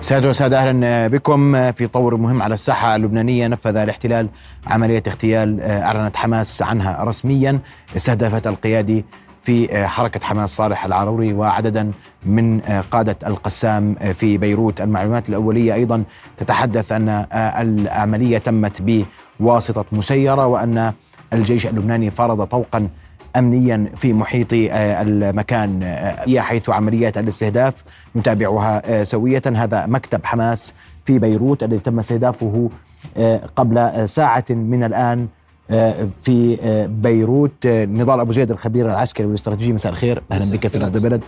سادة وسادة، أهلا بكم. في طور مهم على الساحة اللبنانية، نفذ الاحتلال عملية اغتيال أعلنت حماس عنها رسميا، استهدفت القيادي في حركة حماس صالح العاروري وعددا من قادة القسام في بيروت. المعلومات الأولية أيضا تتحدث أن العملية تمت بواسطة مسيرة، وأن الجيش اللبناني فرض طوقا أمنيا في محيط المكان، حيث عمليات الاستهداف نتابعها سوية. هذا مكتب حماس في بيروت الذي تم استهدافه قبل ساعة من الآن في بيروت. نضال أبو زيد الخبير العسكري والاستراتيجي، مساء الخير، أهلا بك في نبض البلد.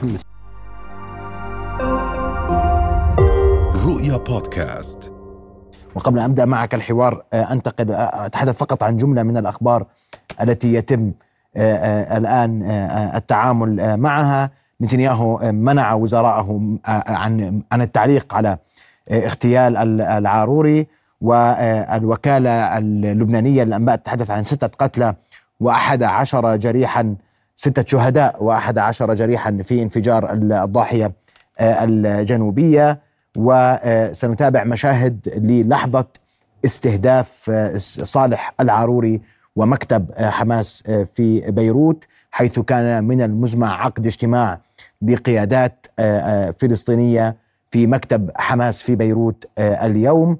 رؤيا بودكاست. وقبل أن أبدأ معك الحوار أتحدث فقط عن جملة من الأخبار التي يتم الآن التعامل معها. نتنياهو منع وزراءه عن التعليق على اغتيال العاروري، والوكالة اللبنانية للأنباء تتحدث عن 6 قتلى و11 جريحا، 6 شهداء و11 جريحا في انفجار الضاحية الجنوبية. وسنتابع مشاهد للحظة استهداف صالح العاروري ومكتب حماس في بيروت، حيث كان من المزمع عقد اجتماع بقيادات فلسطينية في مكتب حماس في بيروت اليوم.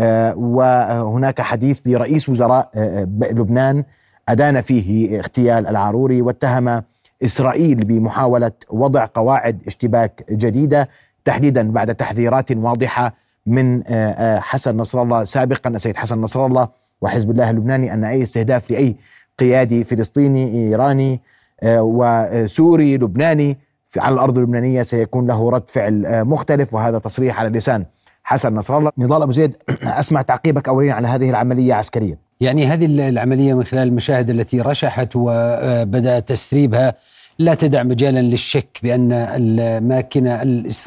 وهناك حديث لرئيس وزراء لبنان أدان فيه اغتيال العاروري، واتهم إسرائيل بمحاولة وضع قواعد اشتباك جديدة، تحديدا بعد تحذيرات واضحة من حسن نصر الله سابقا، السيد حسن نصر الله وحزب الله اللبناني، أن أي استهداف لأي قيادي فلسطيني إيراني وسوري لبناني على الأرض اللبنانية سيكون له رد فعل مختلف، وهذا تصريح على لسان حسن نصر الله. نضال أبو زيد، أسمع تعقيبك أوليا على هذه العملية عسكريا. يعني هذه العملية من خلال المشاهد التي رشحت وبدأ تسريبها لا تدع مجالا للشك بأن الماكينة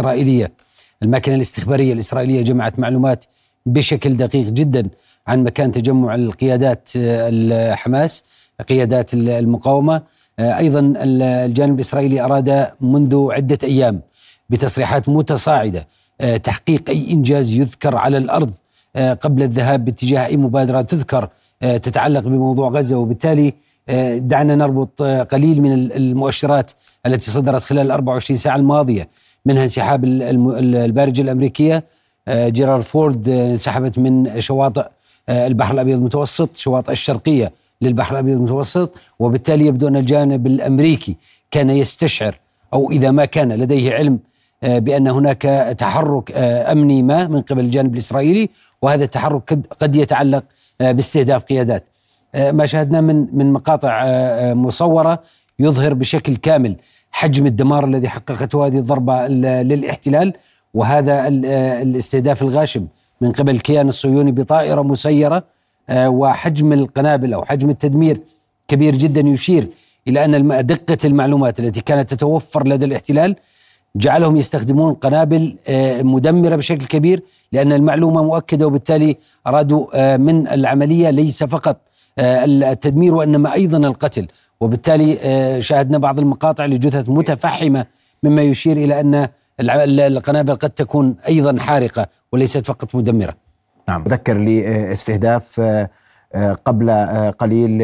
الاستخبارية الإسرائيلية جمعت معلومات بشكل دقيق جدا عن مكان تجمع القيادات الحماس، قيادات المقاومة. أيضا الجانب الإسرائيلي أراد منذ عدة أيام بتصريحات متصاعدة تحقيق أي إنجاز يذكر على الأرض قبل الذهاب باتجاه أي مبادرة تذكر تتعلق بموضوع غزة. وبالتالي دعنا نربط قليل من المؤشرات التي صدرت خلال 24 ساعة الماضية، منها انسحاب البارجة الأمريكية جيرارد فورد، انسحبت من شواطئ البحر الأبيض المتوسط، شواطئ الشرقية للبحر الأبيض المتوسط. وبالتالي يبدو أن الجانب الأمريكي كان يستشعر، أو إذا ما كان لديه علم، بأن هناك تحرك أمني ما من قبل الجانب الإسرائيلي، وهذا التحرك قد يتعلق باستهداف قيادات. ما شاهدنا من مقاطع مصورة يظهر بشكل كامل حجم الدمار الذي حققته هذه الضربة للاحتلال، وهذا الاستهداف الغاشم من قبل الكيان الصهيوني بطائرة مسيرة، وحجم القنابل أو حجم التدمير كبير جدا، يشير إلى أن دقة المعلومات التي كانت تتوفر لدى الاحتلال جعلهم يستخدمون قنابل مدمرة بشكل كبير، لأن المعلومة مؤكدة. وبالتالي أرادوا من العملية ليس فقط التدمير وإنما أيضا القتل. وبالتالي شاهدنا بعض المقاطع لجثث متفحمة، مما يشير إلى أن القنابل قد تكون أيضا حارقة وليست فقط مدمرة. نعم، أذكر لي استهداف قبل قليل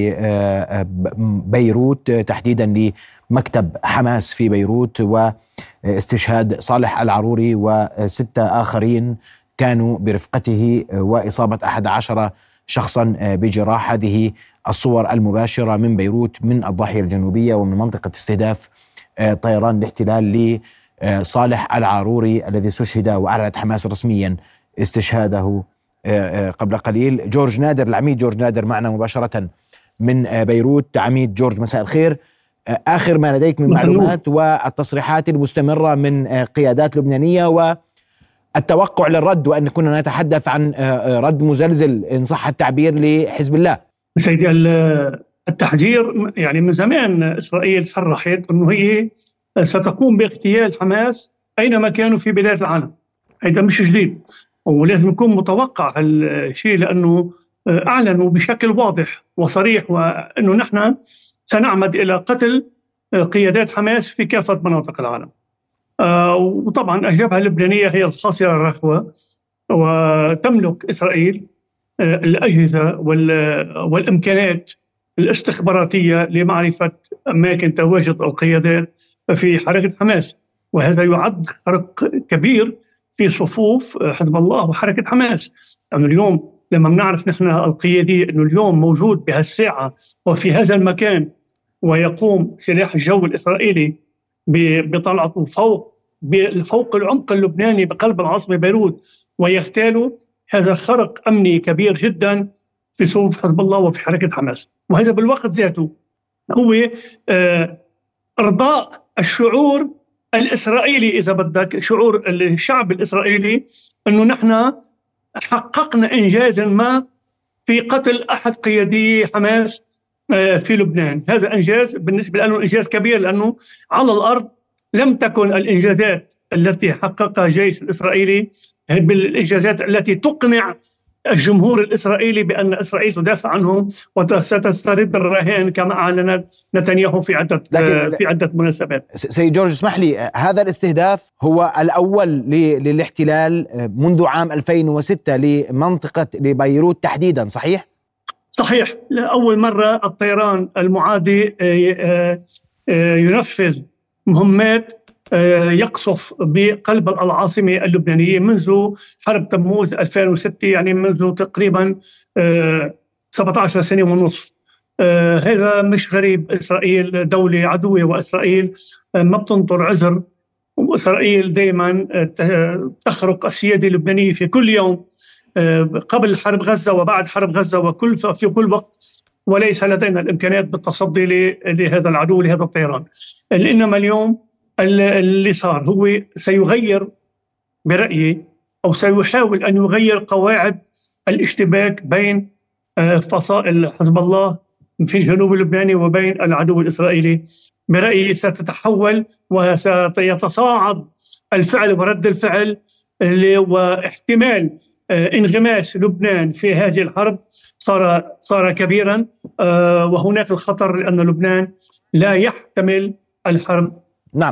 لبيروت، تحديدا لمكتب حماس في بيروت، واستشهاد صالح العاروري و6 آخرين كانوا برفقته، وإصابة 11 شخصا بجراح. هذه الصور المباشرة من بيروت، من الضاحية الجنوبية ومن منطقة استهداف طيران الاحتلال لصالح العاروري الذي استشهد، وأعلنت حماس رسميا استشهاده قبل قليل. جورج نادر، العميد جورج نادر معنا مباشرة من بيروت. عميد جورج، مساء الخير. آخر ما لديك من معلومات والتصريحات المستمرة من قيادات لبنانية والتوقع للرد، وأن كنا نتحدث عن رد مزلزل إن صح التعبير لحزب الله. سيدي، التحذير يعني من زمان إسرائيل صرحت أنه هي ستقوم باغتيال حماس أينما كانوا في بلاد العالم. هذا مش جديد، ولازم يكون متوقع الشيء، لأنه أعلنوا بشكل واضح وصريح وأنه نحن سنعمد إلى قتل قيادات حماس في كافة مناطق العالم. وطبعا الجبهة اللبنانية هي الخاسرة الرخوة، وتملك إسرائيل الأجهزة والإمكانات الاستخباراتية لمعرفة أماكن تواجد القيادات في حركة حماس، وهذا يعد خرق كبير في صفوف حزب الله وحركة حماس. يعني اليوم لما بنعرف نحن القيادي أنه اليوم موجود بهالساعة وفي هذا المكان، ويقوم سلاح الجو الإسرائيلي بطلعته فوق العمق اللبناني بقلب العاصمة بيروت ويغتالوا، هذا خرق أمني كبير جدا في صفوف حزب الله وفي حركة حماس. وهذا بالوقت ذاته هو إرضاء الشعور الإسرائيلي، إذا بدك شعور الشعب الإسرائيلي، أنه نحن حققنا إنجازا ما في قتل أحد قيادي حماس في لبنان. هذا إنجاز بالنسبة له، إنجاز كبير، لأنه على الأرض لم تكن الإنجازات التي حققها الجيش الإسرائيلي بالإنجازات التي تقنع الجمهور الإسرائيلي بأن إسرائيل تدافع عنهم وستسترد الرهائن كما أعلنت نتنياهو في عدة مناسبات. سيد جورج، اسمح لي، هذا الاستهداف هو الأول للاحتلال منذ عام 2006 لمنطقة بيروت تحديدا، صحيح؟ صحيح. لأول مرة الطيران المعادي ينفذ مهمات يقصف بقلب العاصمة اللبنانية منذ حرب تموز 2006، يعني منذ تقريبا 17 سنة ونصف. هذا مش غريب، إسرائيل دولة عدوة، وإسرائيل ما بتنطر عذر، وإسرائيل دائما تخرق السيادة اللبنانية في كل يوم، قبل حرب غزة وبعد حرب غزة في كل وقت، وليس لدينا الإمكانيات بالتصدي لهذا العدو، لهذا الطيران. إنما اليوم اللي صار هو سيغير برأيي، أو سيحاول أن يغير قواعد الاشتباك بين فصائل حزب الله في الجنوب اللبناني وبين العدو الإسرائيلي. برأيي ستتحول وسيتصاعد الفعل ورد الفعل، واحتمال انغماس لبنان في هذه الحرب صار كبيرا، وهناك الخطر لأن لبنان لا يحتمل الحرب. نعم.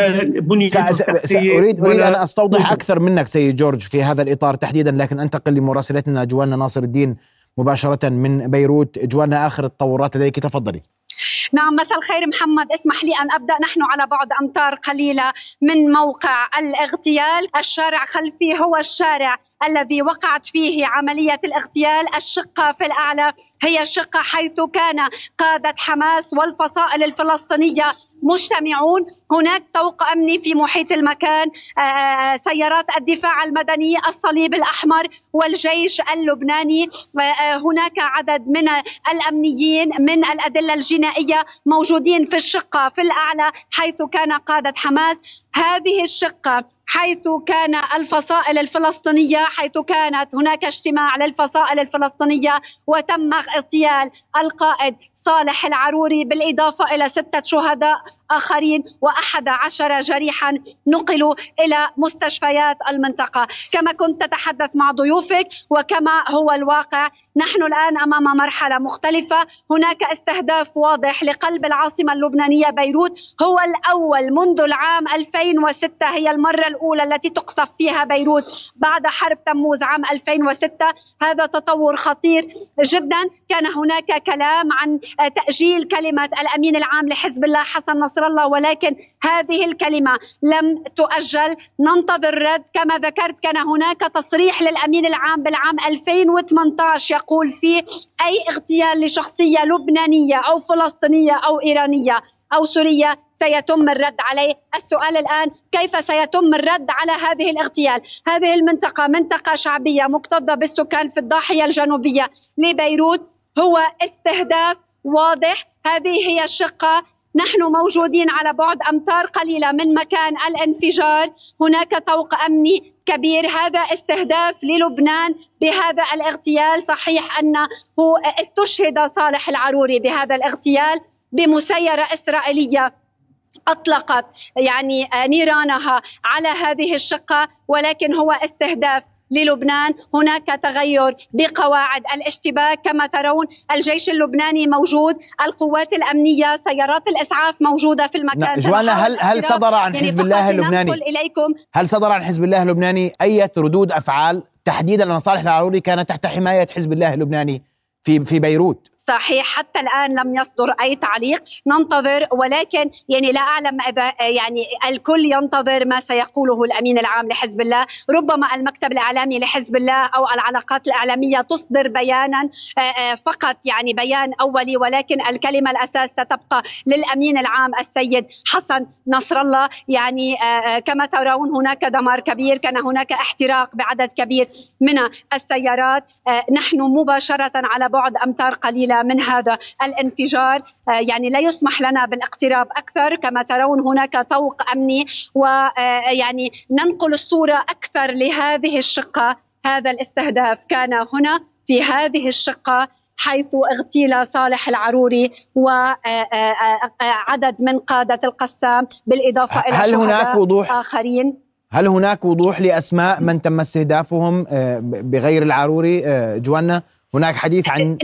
أريد أن أستوضح أكثر منك سيد جورج في هذا الإطار تحديدا، لكن أنتقل لمراسلتنا جوانا ناصر الدين مباشرة من بيروت. جوانا، آخر التطورات لديك، تفضلي. نعم، مساء الخير محمد. اسمح لي أن أبدأ. نحن على بعد أمتار قليلة من موقع الاغتيال. الشارع خلفي هو الشارع الذي وقعت فيه عملية الاغتيال. الشقة في الأعلى هي الشقة حيث كان قادة حماس والفصائل الفلسطينية مجتمعون. هناك طوق أمني في محيط المكان، سيارات الدفاع المدني، الصليب الأحمر والجيش اللبناني. هناك عدد من الأمنيين من الأدلة الجنائية موجودين في الشقة في الأعلى حيث كان قادة حماس. هذه الشقة حيث كان الفصائل الفلسطينية، حيث كانت هناك اجتماع للفصائل الفلسطينية وتم اغتيال القائد صالح العروري، بالإضافة إلى 6 شهداء آخرين و11 جريحا نقلوا إلى مستشفيات المنطقة. كما كنت تتحدث مع ضيوفك وكما هو الواقع، نحن الآن أمام مرحلة مختلفة. هناك استهداف واضح لقلب العاصمة اللبنانية بيروت، هو الأول منذ العام 2006. هي المرة الأولى التي تقصف فيها بيروت بعد حرب تموز عام 2006. هذا تطور خطير جدا. كان هناك كلام عن تأجيل كلمة الأمين العام لحزب الله حسن نصر الله، ولكن هذه الكلمة لم تؤجل. ننتظر رد. كما ذكرت، كان هناك تصريح للأمين العام بالعام 2018 يقول فيه أي اغتيال لشخصية لبنانية أو فلسطينية أو إيرانية أو سورية سيتم الرد عليه. السؤال الآن كيف سيتم الرد على هذه الاغتيال؟ هذه المنطقة منطقة شعبية مكتظة بالسكان في الضاحية الجنوبية لبيروت. هو استهداف واضح. هذه هي الشقة. نحن موجودين على بعد أمتار قليلة من مكان الانفجار. هناك طوق أمني كبير. هذا استهداف للبنان بهذا الاغتيال. صحيح أنه استشهد صالح العروري بهذا الاغتيال بمسيرة إسرائيلية أطلقت نيرانها على هذه الشقة، ولكن هو استهداف للبنان. هناك تغير بقواعد الاشتباك كما ترون، الجيش اللبناني موجود، القوات الأمنية، سيارات الإسعاف موجودة في المكان. جوانا، هل صدر عن حزب الله اللبناني هل صدر عن حزب الله اللبناني أي ردود أفعال تحديدا أن صالح العروري كان تحت حماية حزب الله اللبناني في بيروت؟ صحيح، حتى الآن لم يصدر أي تعليق، ننتظر، ولكن لا أعلم إذا الكل ينتظر ما سيقوله الأمين العام لحزب الله. ربما المكتب الإعلامي لحزب الله أو العلاقات الإعلامية تصدر بيانا فقط، بيان أولي، ولكن الكلمة الأساس ستبقى للأمين العام السيد حسن نصر الله. كما ترون هناك دمار كبير، كان هناك احتراق بعدد كبير من السيارات. نحن مباشرة على بعد أمتار قليلة من هذا الانفجار، لا يسمح لنا بالاقتراب أكثر. كما ترون هناك طوق أمني، ننقل الصورة أكثر لهذه الشقة. هذا الاستهداف كان هنا في هذه الشقة حيث اغتيل صالح العروري وعدد من قادة القسام بالإضافة إلى شهداء آخرين. هل هناك وضوح لأسماء من تم استهدافهم بغير العروري جوانا؟ هناك حديث عن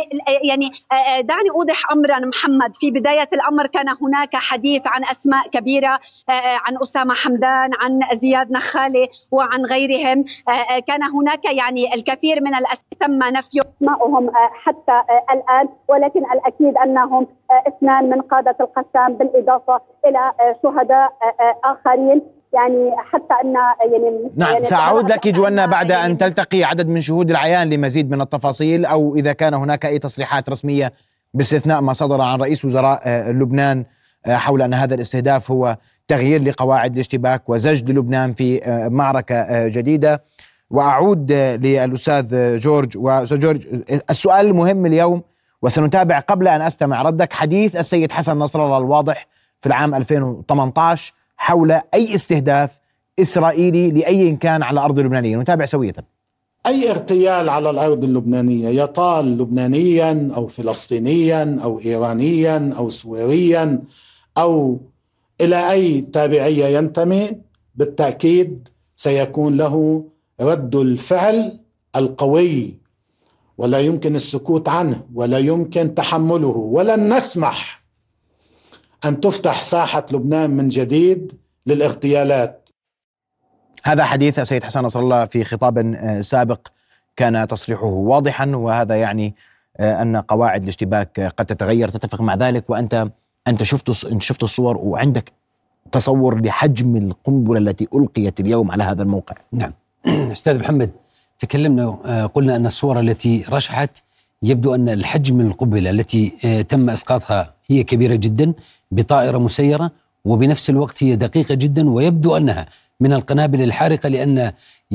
دعني أوضح أمرا محمد. في بداية الأمر كان هناك حديث عن أسماء كبيرة، عن أسامة حمدان، عن زياد نخالي وعن غيرهم. كان هناك الكثير من الأسماء تم نفي أسمائهم حتى الآن، ولكن الأكيد أنهم 2 من قادة القسام بالإضافة إلى شهداء آخرين. حتى أن نعم، سأعود لك جوانا بعد أن تلتقي عدد من شهود العيان لمزيد من التفاصيل، أو إذا كان هناك أي تصريحات رسمية باستثناء ما صدر عن رئيس وزراء لبنان حول أن هذا الاستهداف هو تغيير لقواعد الاشتباك وزج للبنان في معركة جديدة. وأعود للأستاذ جورج. وأستاذ جورج، السؤال المهم اليوم وسنتابع قبل أن أستمع ردك حديث السيد حسن نصر الله الواضح في العام 2018 حول أي استهداف إسرائيلي لأي كان على الأرض اللبنانية. نتابع سوية. أي اغتيال على الأرض اللبنانية، يطال لبنانيا أو فلسطينيا أو إيرانيا أو سوريا أو إلى أي تابعية ينتمي، بالتأكيد سيكون له رد الفعل القوي، ولا يمكن السكوت عنه ولا يمكن تحمله. ولن نسمح أن تفتح ساحة لبنان من جديد للاغتيالات. هذا حديث السيد حسن نصر الله في خطاب سابق كان تصريحه واضحا، وهذا أن قواعد الاشتباك قد تتغير. تتفق مع ذلك؟ وأنت شفت الصور وعندك تصور لحجم القنبلة التي ألقيت اليوم على هذا الموقع. نعم أستاذ محمد، تكلمنا قلنا أن الصور التي رشحت يبدو أن الحجم القنبلة التي تم إسقاطها هي كبيرة جدا بطائرة مسيرة، وبنفس الوقت هي دقيقة جدا، ويبدو أنها من القنابل الحارقة، لأن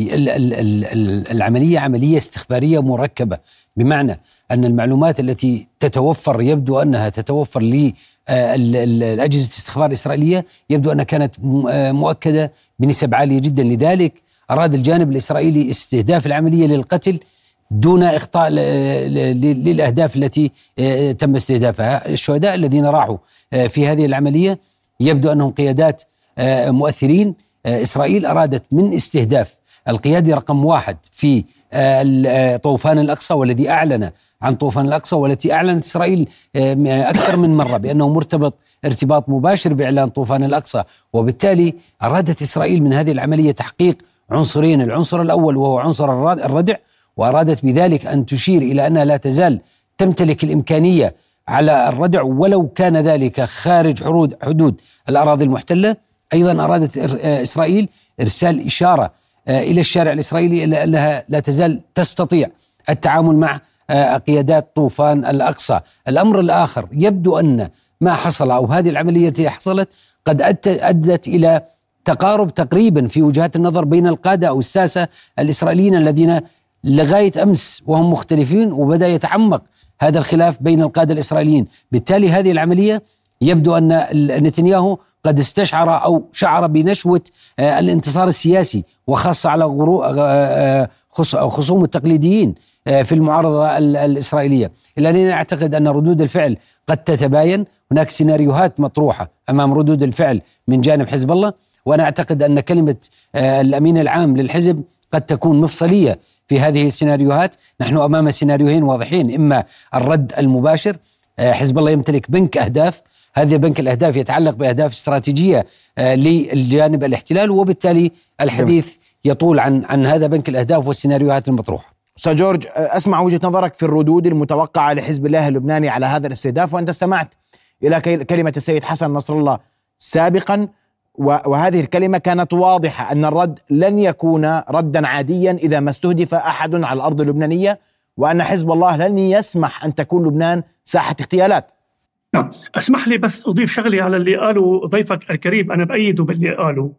العملية عملية استخبارية مركبة، بمعنى أن المعلومات التي تتوفر يبدو أنها تتوفر لأجهزة الاستخبار الإسرائيلية يبدو أنها كانت مؤكدة بنسب عالية جدا. لذلك أراد الجانب الإسرائيلي استهداف العملية للقتل دون إخطاء للأهداف التي تم استهدافها. الشهداء الذين راحوا في هذه العملية يبدو أنهم قيادات مؤثرين. إسرائيل أرادت من استهداف القيادي رقم 1 في طوفان الأقصى، والذي أعلن عن طوفان الأقصى، والتي أعلنت إسرائيل أكثر من مرة بأنه مرتبط ارتباط مباشر بإعلان طوفان الأقصى. وبالتالي أرادت إسرائيل من هذه العملية تحقيق عنصرين، العنصر الأول وهو عنصر الردع، وأرادت بذلك أن تشير إلى أنها لا تزال تمتلك الإمكانية على الردع ولو كان ذلك خارج حدود الأراضي المحتلة. أيضا أرادت إسرائيل إرسال إشارة إلى الشارع الإسرائيلي إلى أنها لا تزال تستطيع التعامل مع قيادات طوفان الأقصى. الأمر الآخر، يبدو أن ما حصل أو هذه العملية التي حصلت قد أدت إلى تقارب تقريبا في وجهات النظر بين القادة أو الساسة الإسرائيليين الذين لغاية أمس وهم مختلفين، وبدأ يتعمق هذا الخلاف بين القادة الإسرائيليين. بالتالي هذه العملية يبدو أن نتنياهو قد استشعر أو شعر بنشوة الانتصار السياسي، وخاصة على خصوم التقليديين في المعارضة الإسرائيلية. إلا أنني أعتقد أن ردود الفعل قد تتباين. هناك سيناريوهات مطروحة أمام ردود الفعل من جانب حزب الله، وأنا أعتقد أن كلمة الأمين العام للحزب قد تكون مفصلية في هذه السيناريوهات. نحن أمام سيناريوهين واضحين، إما الرد المباشر، حزب الله يمتلك بنك أهداف، هذا بنك الأهداف يتعلق بأهداف استراتيجية للجانب الاحتلال، وبالتالي الحديث يطول عن هذا بنك الأهداف والسيناريوهات المطروحة. أستاذ جورج، أسمع وجهة نظرك في الردود المتوقعة لحزب الله اللبناني على هذا الاستهداف، وأنت استمعت إلى كلمة السيد حسن نصر الله سابقا، وهذه الكلمة كانت واضحة أن الرد لن يكون ردا عاديا إذا ما استهدف أحد على الأرض اللبنانية، وأن حزب الله لن يسمح أن تكون لبنان ساحة اغتيالات. نعم، اسمح لي بس أضيف شغلي على اللي قاله ضيفك الكريم، أنا بأيده باللي قاله.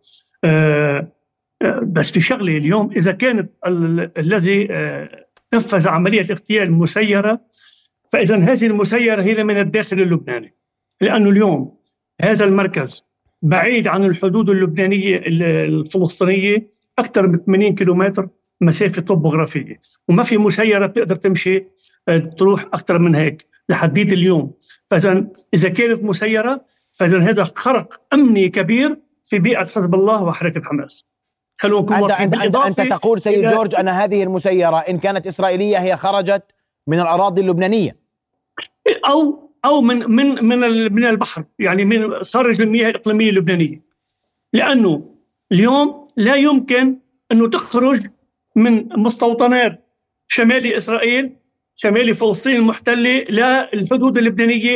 بس في شغلي اليوم، إذا كانت الذي نفذ عملية اغتيال مسيرة، فإذا هذه المسيرة هي من الداخل اللبناني، لأنه اليوم هذا المركز بعيد عن الحدود اللبنانية الفلسطينية أكثر من 80 كيلومتر مسافة طبوغرافية، وما في مسيرة بتقدر تمشي تروح أكثر من هيك لحديت اليوم. فإذا إذا كانت مسيرة، فإذا هذا خرق أمني كبير في بيئة حزب الله وحركة حماس. أنت تقول سيد جورج أن هذه المسيرة إن كانت إسرائيلية هي خرجت من الأراضي اللبنانية، أو من البحر، يعني من خارج المياه الإقليمية اللبنانية، لأنه اليوم لا يمكن أنه تخرج من مستوطنات شمالي إسرائيل، شمالي فلسطين المحتلة، للحدود اللبنانية،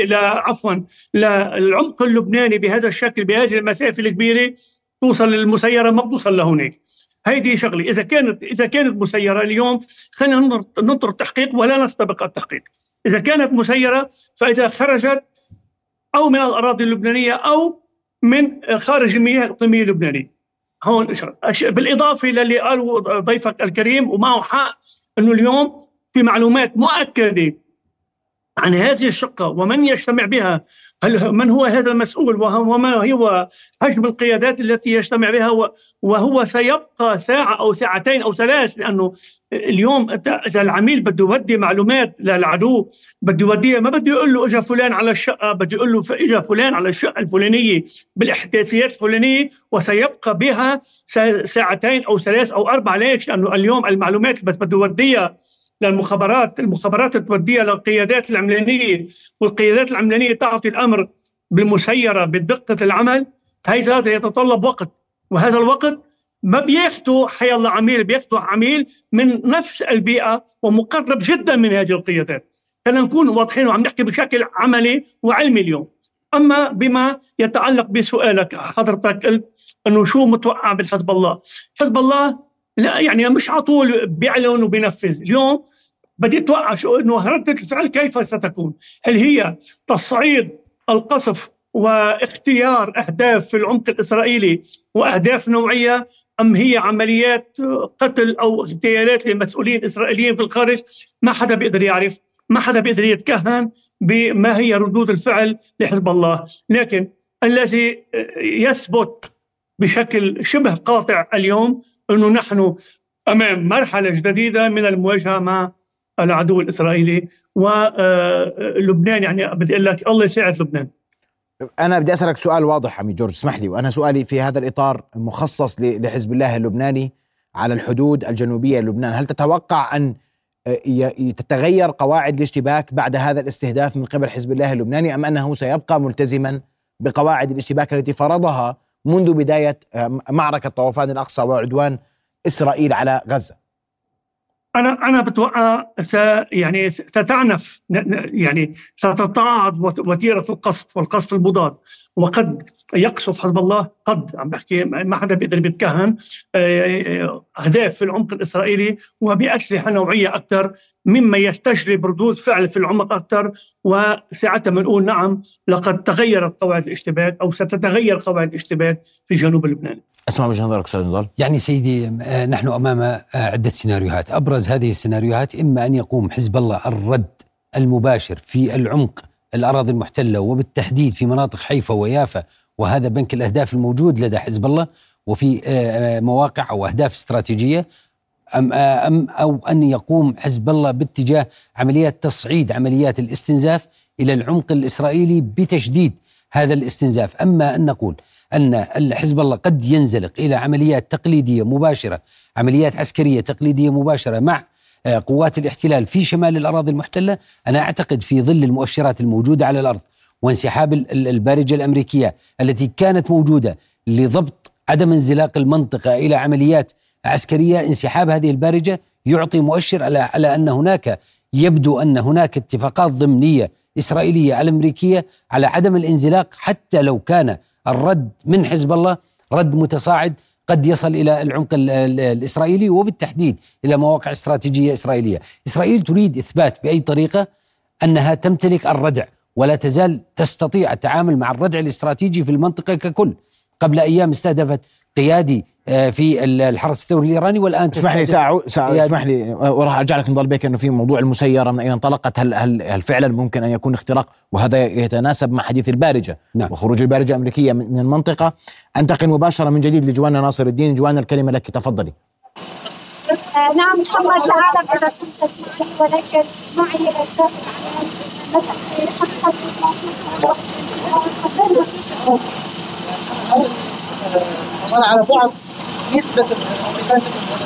للعمق اللبناني بهذا الشكل، بهذه المسافة الكبيرة، توصل للمسيرة ما بتوصل لهونيك. هيدي شغلي. إذا كانت مسيرة اليوم، خلينا ننطر التحقيق ولا نستبق التحقيق. إذا كانت مسيرة، فإذا خرجت أو من الأراضي اللبنانية أو من خارج المياه الإقليمية اللبنانية. هون بالإضافة للي قاله ضيفك الكريم ومعه حق، أنه اليوم في معلومات مؤكدة عن هذه الشقة ومن يجتمع بها، من هو هذا المسؤول، وما هو حجم القيادات التي يجتمع بها، وهو سيبقى ساعة أو ساعتين أو ثلاث، لأنه اليوم إذا العميل بده يودي معلومات للعدو، بده يوديها، ما بده يقول له إجا فلان على الشقة، بده يقول له إجا فلان على الشقة الفلانية بالإحداثيات الفلانية، وسيبقى بها ساعتين أو ثلاث أو أربع. ليش؟ لأنه اليوم المعلومات بس بده يوديها المخابرات توديها للقيادات العملانية، والقيادات العملانية تعطي الأمر بالمسيرة بدقة العمل. هذا يتطلب وقت، وهذا الوقت ما بياخده حيالله عميل، بياخده عميل من نفس البيئة ومقرب جدا من هذه القيادات. خلينا نكون واضحين وعم نحكي بشكل عملي وعلمي اليوم. أما بما يتعلق بسؤالك حضرتك، قلت أنه شو متوقع بالحزب الله. حزب الله لا، يعني مش على طول بيعلن وبينفذ. اليوم بدي اتوقع شو انه ردة الفعل كيف ستكون، هل هي تصعيد القصف واختيار اهداف في العمق الاسرائيلي واهداف نوعيه، ام هي عمليات قتل او اغتيالات لمسؤولين اسرائيليين في الخارج؟ ما حدا بيقدر يعرف، ما حدا بيقدر يتكهن بما هي ردود الفعل لحزب الله. لكن الذي يثبت بشكل شبه قاطع اليوم أنه نحن أمام مرحلة جديدة من المواجهة مع العدو الإسرائيلي، ولبنان يعني بدي أقول لك الله يساعد لبنان. أنا بدي أسألك سؤال واضح عمي جورج، اسمح لي، وأنا سؤالي في هذا الإطار مخصص لحزب الله اللبناني على الحدود الجنوبية للبنان. هل تتوقع أن تتغير قواعد الاشتباك بعد هذا الاستهداف من قبل حزب الله اللبناني، أم أنه سيبقى ملتزما بقواعد الاشتباك التي فرضها منذ بداية معركة طوفان الأقصى وعدوان إسرائيل على غزة؟ أنا بتوقع يعني ستتعنف، يعني ستتصاعد وتيرة القصف والقصف المضاد، وقد يقصف حزب الله، قد عم بحكي ما حدا بيقدر بيتكهن، أهداف في العمق الإسرائيلي وبأسلحة نوعية أكثر مما يستجلب ردود فعل في العمق أكثر. وساعتها بنقول نعم لقد تغيرت قواعد الاشتباك أو ستتغير قواعد الاشتباك في جنوب لبنان. أسمع وجهة نظرك أستاذ نضال. يعني سيدي، نحن أمام عدة سيناريوهات. أبرز هذه السيناريوهات إما أن يقوم حزب الله الرد المباشر في العمق الأراضي المحتلة، وبالتحديد في مناطق حيفا ويافا، وهذا بنك الأهداف الموجود لدى حزب الله وفي مواقع أو أهداف استراتيجية، أو أن يقوم حزب الله باتجاه عمليات تصعيد عمليات الاستنزاف إلى العمق الإسرائيلي بتشديد هذا الاستنزاف. أما أن نقول أن حزب الله قد ينزلق إلى عمليات تقليدية مباشرة، عمليات عسكرية تقليدية مباشرة مع قوات الاحتلال في شمال الأراضي المحتلة، أنا أعتقد في ظل المؤشرات الموجودة على الأرض وانسحاب البارجة الأمريكية التي كانت موجودة لضبط عدم انزلاق المنطقة إلى عمليات عسكرية، انسحاب هذه البارجة يعطي مؤشر على أن هناك، يبدو أن هناك اتفاقات ضمنية إسرائيلية أمريكية على عدم الانزلاق، حتى لو كان الرد من حزب الله رد متصاعد قد يصل إلى العمق الإسرائيلي وبالتحديد إلى مواقع استراتيجية إسرائيلية. إسرائيل تريد إثبات بأي طريقة أنها تمتلك الردع ولا تزال تستطيع التعامل مع الردع الاستراتيجي في المنطقة ككل. قبل أيام استهدفت قيادي في الحرس الثوري الإيراني، والآن اسمح لي وراح أرجع لك نضل بك أنه في موضوع المسيرة من أين انطلقت، هل فعلا ممكن أن يكون اختراق؟ وهذا يتناسب مع حديث البارجة. نعم. وخروج البارجة الأمريكية من المنطقة. أنتقل مباشرة من جديد لجوانا ناصر الدين. جوانا الكلمة لك، تفضلي. نعم محمد، لا أعلم إذا كنت تسمعني، ولكن معي على بعد نسبة الأمريكان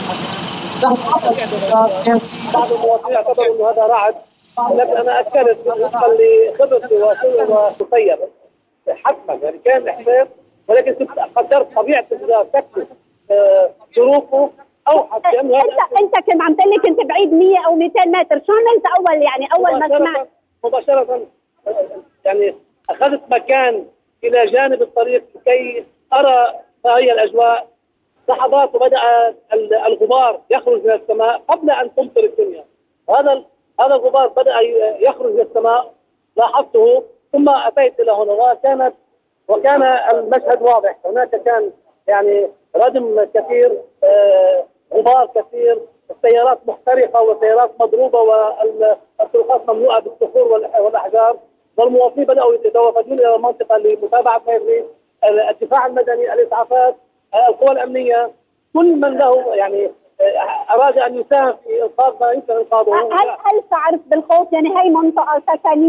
بعض المواطنين اعتبروا أن هذا رعد، لكن أنا أكدت بالنسبة لخبرتي ومسير حتما يعني كان إحساس، ولكن قدرت طبيعة شكله ظروفه أو حتى أنه أنت كنت عم تقول لي كنت بعيد 100 أو 200 متر، شو عملت أول ما سمعت؟ مباشرة يعني أخذت مكان إلى جانب الطريق لكي أرى ما هي الأجواء. لحظات وبدأ الغبار يخرج من السماء قبل أن تمطر الدنيا، هذا الغبار بدأ يخرج من السماء، لاحظته ثم أتيت إلى هنا وكان المشهد واضح. هناك كان يعني ردم كثير، غبار كثير، السيارات محترقة والسيارات مضروبة والطرقات مملوءة بالصخور والأحجار، والمواطنين بدأوا يتوافدون إلى المنطقة لمتابعة الدفاع المدني، الإسعافات، القوى الأمنية، كل من له يعني أراد أن يساهم في إنقاذ ما يمكن إنقاذه. هل تعرف بالخوف؟ يعني هي منطقة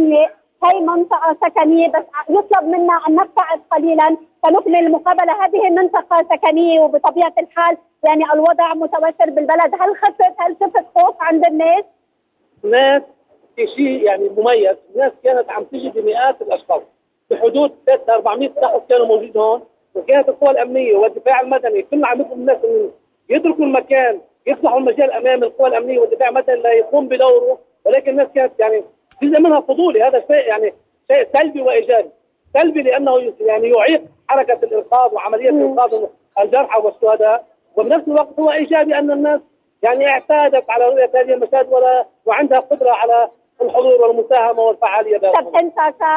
سكنية بس يطلب منا أن نبتعد قليلا فنكمل المقابلة. هذه منطقة سكنية وبطبيعة الحال يعني الوضع متوتر بالبلد. هل شفت خوف عند الناس؟ الناس في شيء يعني مميز، الناس كانت عم تجي بمئات الأشخاص، بحدود 400 شخص كانوا موجودين هون، وكانت القوى الأمنية والدفاع المدني كلهم عم يطلبوا الناس أن يتركوا المكان، يفتحوا المجال أمام القوى الأمنية والدفاع المدني لا يقوم بدوره، ولكن الناس كانت يعني جزء منها فضولي. هذا شيء يعني شيء سلبي وإيجابي. سلبي لأنه يعني يعيق حركة الإنقاذ وعملية إنقاذ الجرحى والشهداء، وبنفس الوقت هو إيجابي أن الناس يعني اعتادت على رؤية هذه المشاهد وعندها قدرة على الحضور والمساهمة والفعالية. طب أنت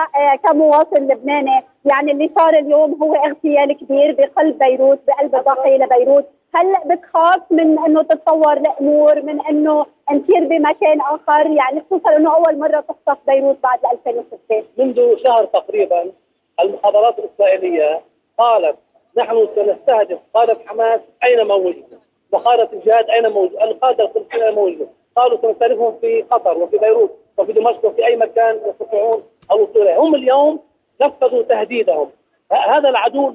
كمواطن لبناني، يعني اللي صار اليوم هو اغتيال كبير بقلب بيروت، بقلب الضاحية لبيروت، هل بتخاف من أنه تتطور الأمور، من أنه نصير بمكان آخر، يعني خصوصا أنه أول مرة تخطف بيروت بعد 2006؟ منذ شهر تقريبا المخابرات الإسرائيلية قالت نحن سنستهدف قادة حماس أينما وجدوا، وقادة الجهاد أينما وجدوا، القادة الفلسطينيين أينما وجدوا، قالوا سنستهدفهم في قطر وفي بيروت وفي دمشق وفي أي مكان يستطيعون الوصول إليه. هم اليوم نفذوا تهديدهم. هذا العدو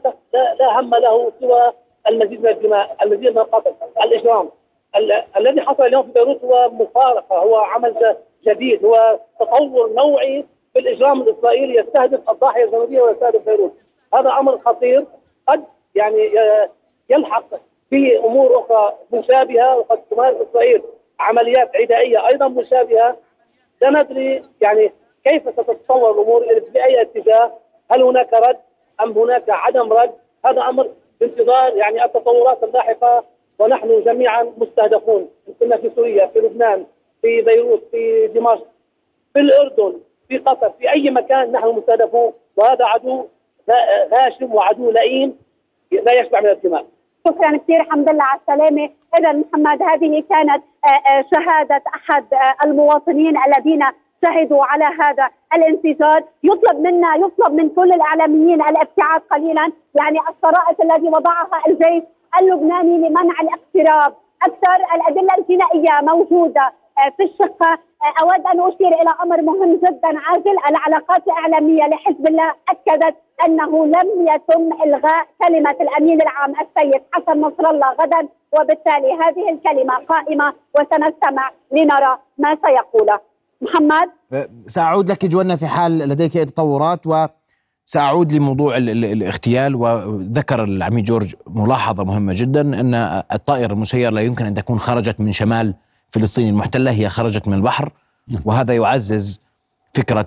لا هم له سوى المزيد من الدماء، المزيد من القتل، الإجرام. الذي حصل اليوم في بيروت هو مفارقة، هو عمل جديد، هو تطور نوعي في الإجرام الإسرائيلي يستهدف الضاحية الجنوبية ويستهدف بيروت. هذا أمر خطير قد يعني يلحق فيه أمور أخرى مشابهة، وقد تمارس إسرائيل عمليات عدائية أيضا مشابهة. لا ندري يعني كيف ستتطور الأمور بأي اتجاه، هل هناك رد أم هناك عدم رد؟ هذا أمر بانتظار يعني التطورات اللاحقة، ونحن جميعا مستهدفون. كنا في سوريا، في لبنان، في بيروت، في دمشق، في الأردن، في قطر، في أي مكان نحن مستهدفون، وهذا عدو غاشم وعدو لئيم لا يشبع من الدماء. شكرا كثير، الحمد لله على السلامة. إذا محمد، هذه كانت شهادة أحد المواطنين الذين شهدوا على هذا الانفجار. يطلب من كل الإعلاميين الابتعاد قليلا، يعني الشرائط التي وضعها الجيش اللبناني لمنع الاقتراب. أكثر الأدلة الجنائية موجودة، في الشقة. أود أن أشير إلى أمر مهم جدا عاجل. العلاقات الإعلامية لحزب الله أكدت أنه لم يتم إلغاء كلمة الأمين العام السيد حسن نصر الله غدا، وبالتالي هذه الكلمة قائمة وسنستمع لنرى ما سيقوله. محمد، سأعود لك جوانا في حال لديك تطورات، وسأعود لموضوع الاغتيال. وذكر العميد جورج ملاحظة مهمة جدا، أن الطائرة المسيرة لا يمكن أن تكون خرجت من شمال فلسطين المحتلة، هي خرجت من البحر، وهذا يعزز فكرة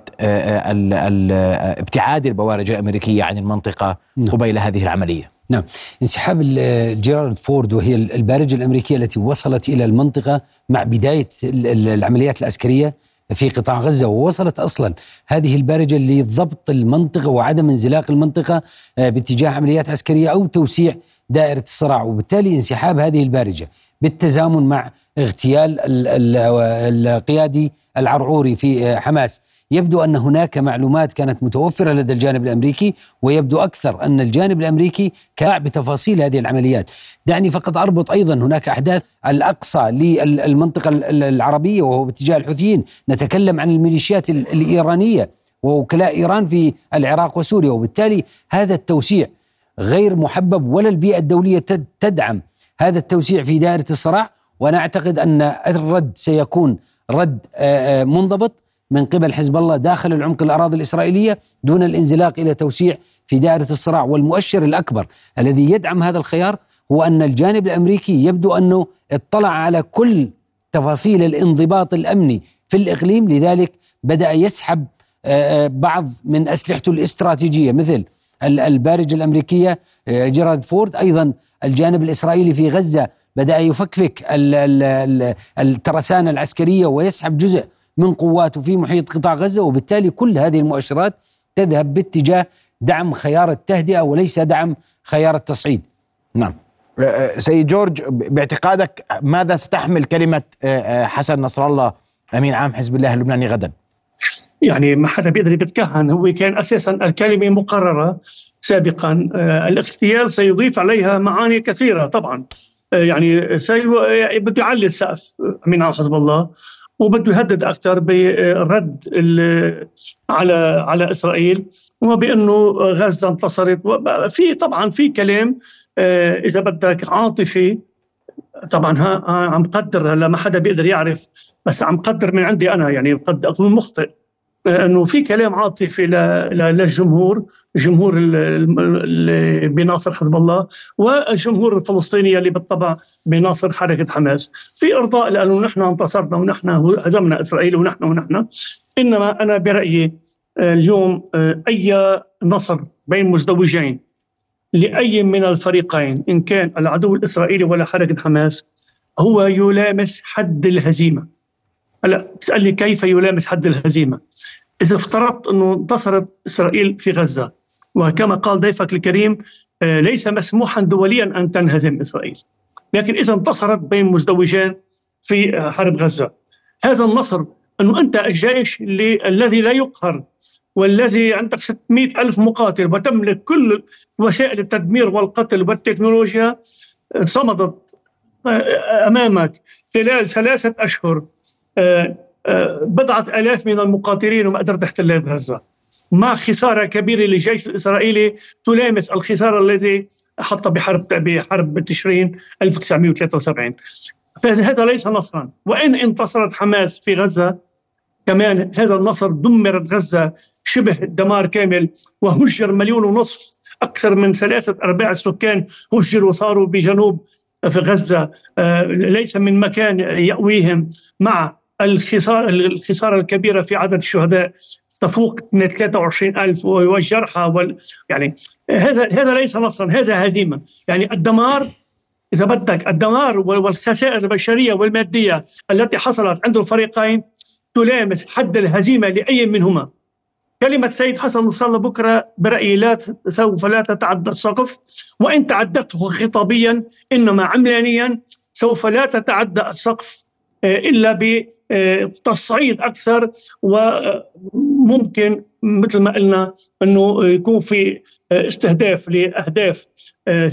ابتعاد البوارج الأمريكية عن المنطقة قبيل هذه العملية. نعم، انسحاب جيرارد فورد وهي البارجة الأمريكية التي وصلت إلى المنطقة مع بداية العمليات العسكرية في قطاع غزة، ووصلت أصلا هذه البارجة لضبط المنطقة وعدم انزلاق المنطقة باتجاه عمليات عسكرية أو توسيع دائرة الصراع. وبالتالي انسحاب هذه البارجة بالتزامن مع اغتيال القيادي العرعوري في حماس، يبدو أن هناك معلومات كانت متوفرة لدى الجانب الأمريكي، ويبدو أكثر أن الجانب الأمريكي كان بتفاصيل هذه العمليات. دعني فقط أربط أيضا هناك أحداث الأقصى للمنطقة العربية وهو باتجاه الحوثيين، نتكلم عن الميليشيات الإيرانية ووكلاء إيران في العراق وسوريا، وبالتالي هذا التوسيع غير محبب ولا البيئة الدولية تدعم هذا التوسيع في دائرة الصراع. وأنا أعتقد أن الرد سيكون رد منضبط من قبل حزب الله داخل العمق الأراضي الإسرائيلية دون الانزلاق إلى توسيع في دائرة الصراع. والمؤشر الأكبر الذي يدعم هذا الخيار هو أن الجانب الأمريكي يبدو أنه اطلع على كل تفاصيل الانضباط الأمني في الإقليم، لذلك بدأ يسحب بعض من أسلحته الاستراتيجية مثل البارجة الأمريكية جيرارد فورد. أيضا الجانب الإسرائيلي في غزة بدأ يفكفك الترسانة العسكرية ويسحب جزء من قواته في محيط قطاع غزة، وبالتالي كل هذه المؤشرات تذهب باتجاه دعم خيار التهدئة وليس دعم خيار التصعيد. نعم سيد جورج، باعتقادك ماذا ستحمل كلمة حسن نصر الله أمين عام حزب الله اللبناني غدا؟ يعني ما حدا بيقدر يتكهن، هو كان أساسا الكلمة مقررة سابقا. الاغتيال سيضيف عليها معاني كثيرة طبعا، يعني بده يعلي السقف أمين عام حزب الله، وبده يهدد أكثر بالرد على إسرائيل وبأنه غزة انتصرت. في طبعا في كلام إذا بدك عاطفي طبعا، عم قدر هلا ما حدا بيقدر يعرف، بس عم قدر من عندي أنا، يعني قد أكون مخطئ، انه في كلام عاطفي للجمهور، الجمهور اللي بيناصر حزب الله والجمهور الفلسطيني اللي بالطبع بيناصر حركه حماس، في ارضاء لانه نحن انتصرنا ونحن هزمنا اسرائيل ونحن. انما انا برايي اليوم اي نصر بين مزدوجين لاي من الفريقين ان كان العدو الاسرائيلي ولا حركه حماس هو يلامس حد الهزيمه. هلا تسألني كيف يلامس حد الهزيمة؟ إذا افترضت أنه انتصرت إسرائيل في غزة، وكما قال ضيفك الكريم ليس مسموحا دوليا أن تنهزم إسرائيل، لكن إذا انتصرت بين مزدوجين في حرب غزة، هذا النصر أنه أنت الجيش الذي لا يقهر والذي عندك 600,000 مقاتل وتملك كل وسائل التدمير والقتل والتكنولوجيا، صمدت أمامك خلال 3 أشهر بضعة آلاف من المقاتلين وما قدرت تحتل غزة، مع خسارة كبيرة للجيش الإسرائيلي تلامس الخسارة التي حط بحرب تشرين 1973. فهذا ليس نصرا. وإن انتصرت حماس في غزة كمان هذا النصر دمرت غزة شبه دمار كامل، وهجر 1.5 مليون، أكثر من 3/4 السكان هجروا وصاروا بجنوب في غزة ليس من مكان يأويهم، مع الخسارة الكبيرة في عدد الشهداء تفوق 23,000 والجرحى يعني هذا ليس نصرا، هذا هزيمة. يعني الدمار إذا بدك، الدمار والخسائر البشرية والمادية التي حصلت عند الفريقين تلامس حد الهزيمة لأي منهما. كلمة سيد حسن نصر الله بكرة برأيي سوف لا تتعدى السقف، وإن تعدته خطابيا إنما عملانيا سوف لا تتعدى السقف إلا بتصعيد أكثر، وممكن مثل ما قلنا أنه يكون في استهداف لأهداف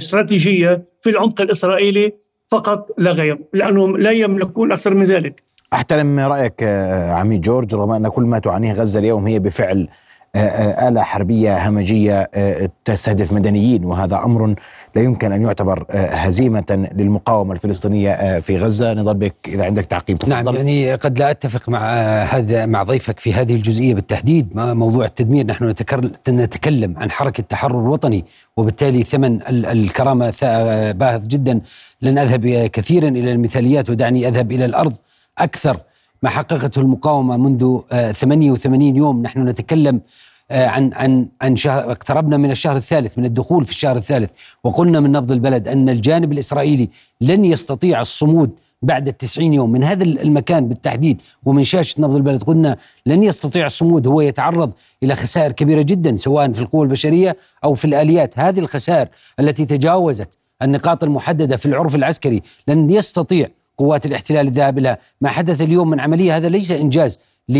استراتيجية في العمق الإسرائيلي فقط لا غير، لأنهم لا يملكون أكثر من ذلك. أحترم رأيك عميد جورج، رغم أن كل ما تعانيه غزة اليوم هي بفعل آلة حربية همجية تستهدف مدنيين، وهذا أمر لا يمكن أن يعتبر هزيمة للمقاومة الفلسطينية في غزة. نضال بك إذا عندك تعقيب تفضل. نعم، يعني قد لا أتفق مع ضيفك في هذه الجزئية بالتحديد. موضوع التدمير، نحن نتكلم عن حركة تحرر وطني، وبالتالي ثمن الكرامة باهظ جدا. لن أذهب كثيرا إلى المثاليات، ودعني أذهب إلى الأرض أكثر. ما حققته المقاومة منذ 88 يوم، نحن نتكلم عن شهر، اقتربنا من الشهر الثالث، من الدخول في الشهر الثالث، وقلنا من نبض البلد أن الجانب الإسرائيلي لن يستطيع الصمود بعد 90 يوم من هذا المكان بالتحديد. ومن شاشة نبض البلد قلنا لن يستطيع الصمود، هو يتعرض إلى خسائر كبيرة جدا سواء في القوة البشرية أو في الآليات. هذه الخسائر التي تجاوزت النقاط المحددة في العرف العسكري لن يستطيع قوات الاحتلال الذهاب لها. ما حدث اليوم من عملية هذا ليس إنجاز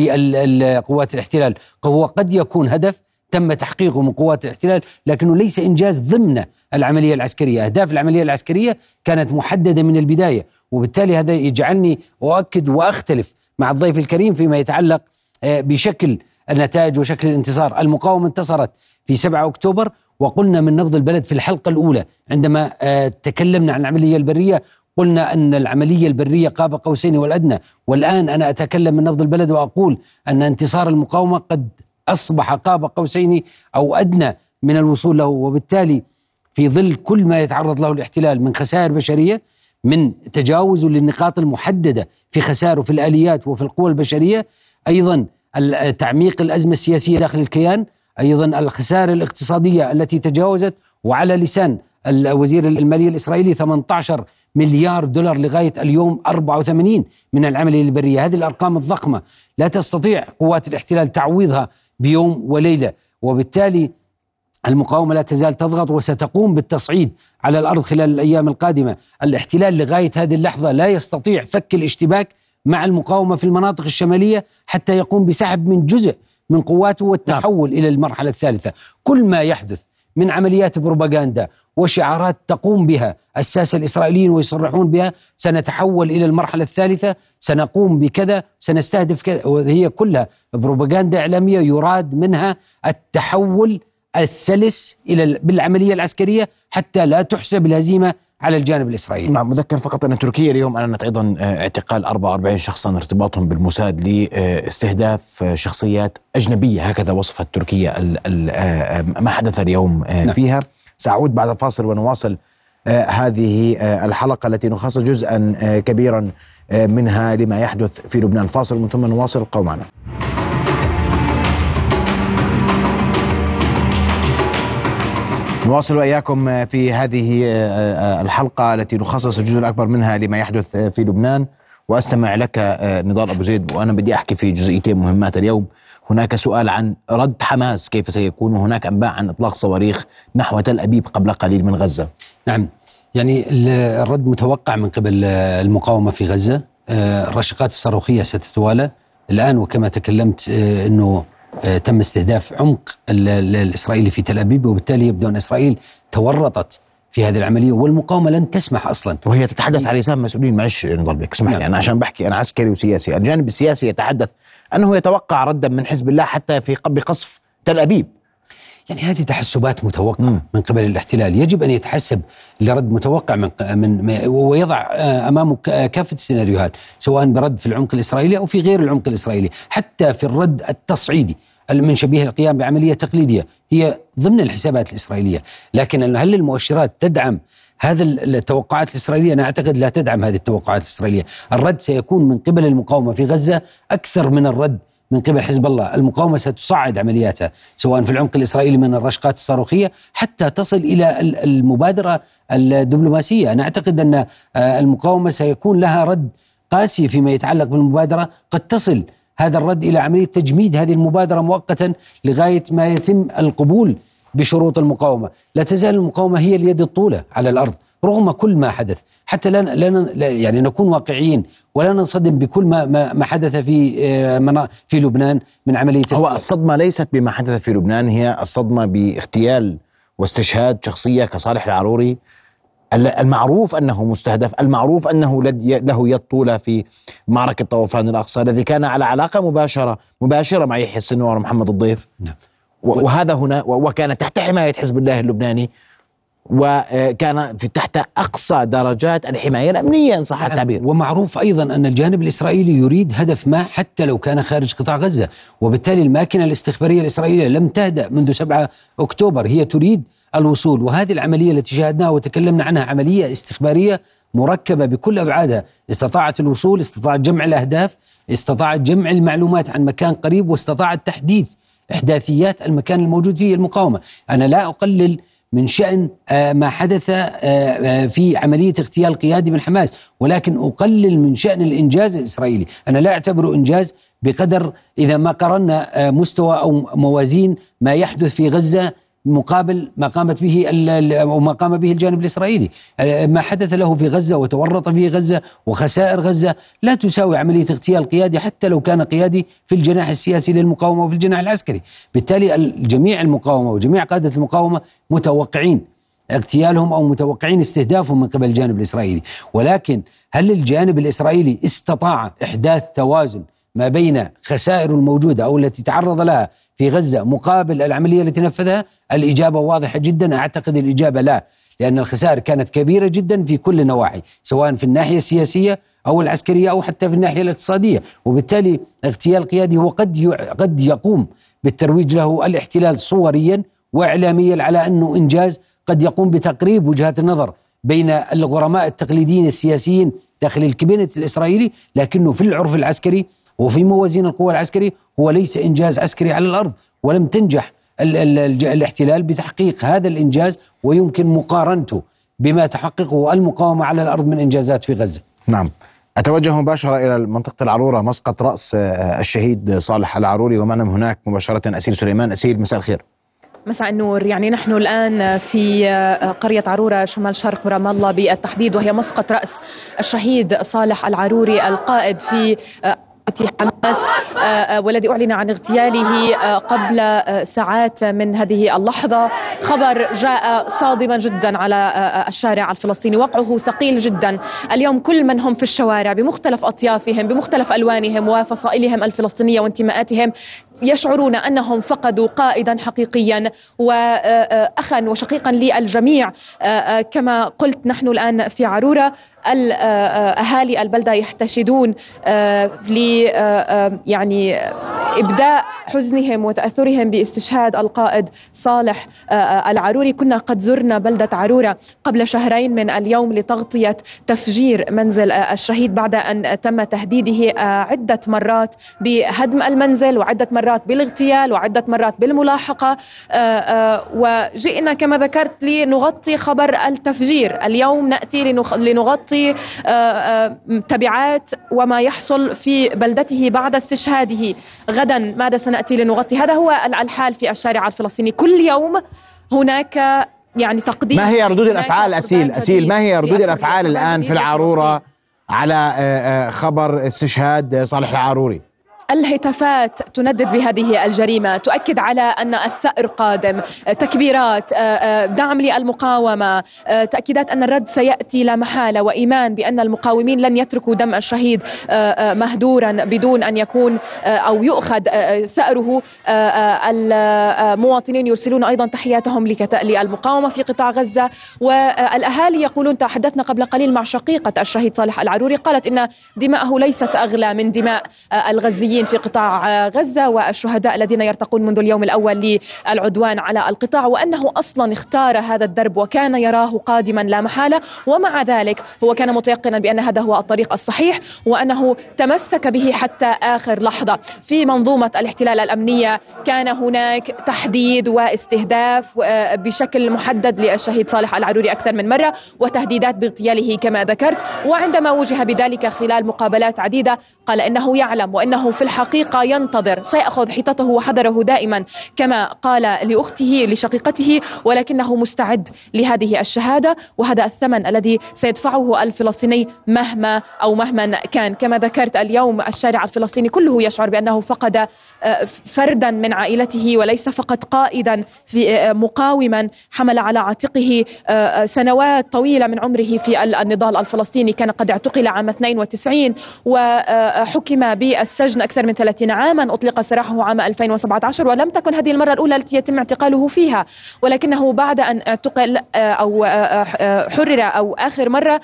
لقوات الاحتلال، هو قد يكون هدف تم تحقيقه من قوات الاحتلال، لكنه ليس إنجاز ضمن العملية العسكرية. أهداف العملية العسكرية كانت محددة من البداية، وبالتالي هذا يجعلني أؤكد وأختلف مع الضيف الكريم فيما يتعلق بشكل النتائج وشكل الانتصار. المقاومة انتصرت في 7 أكتوبر، وقلنا من نبض البلد في الحلقة الأولى عندما تكلمنا عن العملية البرية، قلنا أن العملية البرية قاب قوسين والأدنى. والآن أنا أتكلم من نبض البلد وأقول أن انتصار المقاومة قد أصبح قاب قوسين أو أدنى من الوصول له. وبالتالي في ظل كل ما يتعرض له الاحتلال من خسائر بشرية، من تجاوز للنقاط المحددة في خسائر في الآليات وفي القوى البشرية، أيضا تعميق الأزمة السياسية داخل الكيان، أيضا الخسائر الاقتصادية التي تجاوزت، وعلى لسان الوزير المالية الإسرائيلي 18 مليار دولار لغاية اليوم 84 من العملية البرية. هذه الأرقام الضخمة لا تستطيع قوات الاحتلال تعويضها بيوم وليلة، وبالتالي المقاومة لا تزال تضغط وستقوم بالتصعيد على الأرض خلال الأيام القادمة. الاحتلال لغاية هذه اللحظة لا يستطيع فك الاشتباك مع المقاومة في المناطق الشمالية حتى يقوم بسحب من جزء من قواته والتحول إلى المرحلة الثالثة. كل ما يحدث من عمليات بروباغندا وشعارات تقوم بها الساسة الإسرائيليين ويصرحون بها، سنتحول إلى المرحلة الثالثة، سنقوم بكذا، سنستهدف كذا، وهي كلها بروباغندا إعلامية يراد منها التحول السلس بالعملية العسكرية حتى لا تحسب الهزيمة على الجانب الإسرائيلي. نعم، مذكر فقط أن تركيا اليوم أعلنت أيضا اعتقال 44 شخصا ارتباطهم بالموساد لاستهداف شخصيات أجنبية، هكذا وصفت تركيا ما حدث اليوم فيها. سأعود بعد الفاصل ونواصل هذه الحلقة التي نخصص جزءا كبيرا منها لما يحدث في لبنان. فاصل ومن ثم نواصل، ابقوا معنا. نواصل وإياكم في هذه الحلقة التي نخصص الجزء الأكبر منها لما يحدث في لبنان، وأستمع لك نضال أبو زيد. وأنا بدي أحكي في جزئيتين مهمات اليوم. هناك سؤال عن رد حماس كيف سيكون، وهناك أنباء عن إطلاق صواريخ نحو تل أبيب قبل قليل من غزة. نعم، يعني الرد متوقع من قبل المقاومة في غزة. الرشقات الصاروخية ستتوالى الآن، وكما تكلمت أنه تم استهداف عمق الإسرائيلي في تل أبيب، وبالتالي يبدو أن إسرائيل تورطت في هذه العملية، والمقاومة لن تسمح أصلا. وهي تتحدث على لسان مسؤولين. معلش نضال بك، اسمح لي، أنا عشان بحكي أنا عسكري وسياسي. الجانب السياسي يتحدث أنه يتوقع ردا من حزب الله حتى في بقصف تل أبيب. يعني هذه تحسبات متوقعة من قبل الاحتلال، يجب أن يتحسب لرد متوقع من ويضع أمامه كافة السيناريوهات، سواء برد في العمق الإسرائيلي أو في غير العمق الإسرائيلي. حتى في الرد التصعيدي من شبيه القيام بعملية تقليدية هي ضمن الحسابات الإسرائيلية. لكن هل المؤشرات تدعم هذا التوقعات الإسرائيلية؟ أنا أعتقد لا تدعم هذه التوقعات الإسرائيلية. الرد سيكون من قبل المقاومة في غزة أكثر من الرد من قبل حزب الله. المقاومة ستصعد عملياتها سواء في العمق الإسرائيلي من الرشقات الصاروخية حتى تصل إلى المبادرة الدبلوماسية. أنا أعتقد أن المقاومة سيكون لها رد قاسي فيما يتعلق بالمبادرة، قد تصل هذا الرد إلى عملية تجميد هذه المبادرة مؤقتا لغاية ما يتم القبول بشروط المقاومة. لا تزال المقاومة هي اليد الطولة على الأرض رغم كل ما حدث، حتى لا يعني نكون واقعيين ولا ننصدم بكل ما حدث في لبنان من عملية. هو الصدمة ليست بما حدث في لبنان، هي الصدمة باغتيال واستشهاد شخصية كصالح العروري المعروف أنه مستهدف، المعروف أنه له يد طولة في معركة طوفان الأقصى، الذي كان على علاقة مباشرة مع يحيى السنوار ومحمد الضيف. نعم. وهذا هنا، وكان تحت حماية حزب الله اللبناني، وكان تحت أقصى درجات الحماية الأمنية إن صح التعبير. ومعروف أيضا أن الجانب الإسرائيلي يريد هدف ما حتى لو كان خارج قطاع غزة، وبالتالي الماكينة الاستخبارية الإسرائيلية لم تهدأ منذ 7 أكتوبر، هي تريد الوصول. وهذه العملية التي شاهدناها وتكلمنا عنها عملية استخبارية مركبة بكل أبعادها، استطاعت الوصول، استطاعت جمع الأهداف، استطاعت جمع المعلومات عن مكان قريب، واستطاعت تحديث إحداثيات المكان الموجود فيه المقاومة. أنا لا أقلل من شأن ما حدث في عملية اغتيال قيادي من حماس، ولكن أقلل من شأن الإنجاز الإسرائيلي. أنا لا أعتبره إنجاز بقدر إذا ما قارنا مستوى أو موازين ما يحدث في غزة مقابل ما قامت به أو ما قام به الجانب الإسرائيلي. ما حدث له في غزة وتورط فيه غزة وخسائر غزة لا تساوي عملية اغتيال قيادي حتى لو كان قيادي في الجناح السياسي للمقاومة وفي الجناح العسكري. بالتالي جميع المقاومة وجميع قادة المقاومة متوقعين اغتيالهم أو متوقعين استهدافهم من قبل الجانب الإسرائيلي. ولكن هل الجانب الإسرائيلي استطاع إحداث توازن ما بين خسائر الموجودة أو التي تعرض لها في غزة مقابل العملية التي نفذها؟ الإجابة واضحة جدا. أعتقد الإجابة لا، لأن الخسائر كانت كبيرة جدا في كل النواحي، سواء في الناحية السياسية أو العسكرية أو حتى في الناحية الاقتصادية. وبالتالي اغتيال قيادي هو قد يقوم بالترويج له الاحتلال صوريا وإعلاميا على أنه إنجاز، قد يقوم بتقريب وجهات النظر بين الغرماء التقليديين السياسيين داخل الكابينت الإسرائيلي، لكنه في العرف العسكري وفي موازين القوى العسكري هو ليس إنجاز عسكري على الأرض. ولم تنجح الاحتلال بتحقيق هذا الإنجاز، ويمكن مقارنته بما تحققه المقاومة على الأرض من إنجازات في غزة. نعم. أتوجه مباشرة إلى منطقة العرورة، مسقط رأس الشهيد صالح العروري، ومعنا هناك مباشرة أسيل سليمان. أسيل، مساء الخير. مساء النور. يعني نحن الآن في قرية عرورة شمال شرق رام الله بالتحديد، وهي مسقط رأس الشهيد صالح العروري القائد في حماس والذي أعلن عن اغتياله قبل ساعات من هذه اللحظة. خبر جاء صادما جدا على الشارع الفلسطيني، وقعه ثقيل جدا. اليوم كل من هم في الشوارع بمختلف أطيافهم بمختلف ألوانهم وفصائلهم الفلسطينية وانتماءاتهم يشعرون أنهم فقدوا قائدا حقيقيا وأخا وشقيقا للجميع. كما قلت نحن الآن في عرورة، أهالي البلدة يحتشدون يعني إبداء حزنهم وتأثرهم باستشهاد القائد صالح العروري. كنا قد زرنا بلدة عرورة قبل شهرين من اليوم لتغطية تفجير منزل الشهيد بعد أن تم تهديده عدة مرات بهدم المنزل، وعدة مرات بالاغتيال، وعدة مرات بالملاحقة. وجئنا كما ذكرت لنغطي خبر التفجير. اليوم نأتي لنغطي تبعات وما يحصل في بلدته بعد استشهاده. غدا ماذا سنأتي لنغطي؟ هذا هو الحال في الشارع الفلسطيني. كل يوم هناك يعني تقديم. ما هي ردود الأفعال أسيل ما هي ردود الأفعال الآن في العرورة على خبر استشهاد صالح العروري؟ الهتافات تندد بهذه الجريمة، تؤكد على أن الثأر قادم، تكبيرات، دعم للمقاومة، تأكيدات أن الرد سيأتي لا محالة، وإيمان بأن المقاومين لن يتركوا دم الشهيد مهدورا بدون أن يكون أو يؤخذ ثأره. المواطنين يرسلون أيضا تحياتهم للمقاومة في قطاع غزة، والأهالي يقولون، تحدثنا قبل قليل مع شقيقة الشهيد صالح العروري، قالت إن دماءه ليست أغلى من دماء الغزيين في قطاع غزة والشهداء الذين يرتقون منذ اليوم الأول للعدوان على القطاع، وأنه أصلا اختار هذا الدرب وكان يراه قادما لا محالة، ومع ذلك هو كان متيقنا بأن هذا هو الطريق الصحيح، وأنه تمسك به حتى آخر لحظة. في منظومة الاحتلال الأمنية كان هناك تحديد واستهداف بشكل محدد للشهيد صالح العروري أكثر من مرة، وتهديدات باغتياله كما ذكرت. وعندما وجه بذلك خلال مقابلات عديدة قال إنه يعلم وإنه في الحقيقة ينتظر، سيأخذ حيطته وحذره دائما كما قال لأخته لشقيقته، ولكنه مستعد لهذه الشهادة، وهذا الثمن الذي سيدفعه الفلسطيني مهما كان. كما ذكرت اليوم الشارع الفلسطيني كله يشعر بأنه فقد فردا من عائلته، وليس فقط قائدا في مقاوما حمل على عاتقه سنوات طويلة من عمره في النضال الفلسطيني. كان قد اعتقل عام 92 وحكم بالسجن أكثر من 30 عاما، أطلق سراحه عام 2017، ولم تكن هذه المرة الأولى التي يتم اعتقاله فيها، ولكنه بعد أن اعتقل أو حرر أو آخر مرة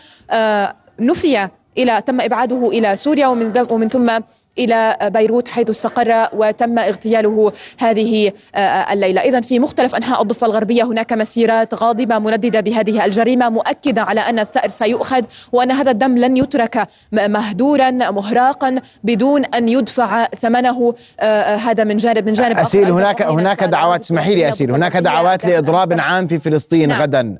نفي تم إبعاده إلى سوريا ومن ثم إلى بيروت حيث استقر وتم اغتياله هذه الليلة. إذن في مختلف أنحاء الضفة الغربية هناك مسيرات غاضبة منددة بهذه الجريمة، مؤكدة على أن الثأر سيؤخذ وأن هذا الدم لن يترك مهدورا مهراقا بدون أن يدفع ثمنه. هذا من جانب أسيل. هناك دعوات، اسمحي لي أسيل، هناك دعوات لإضراب عام في فلسطين غدا.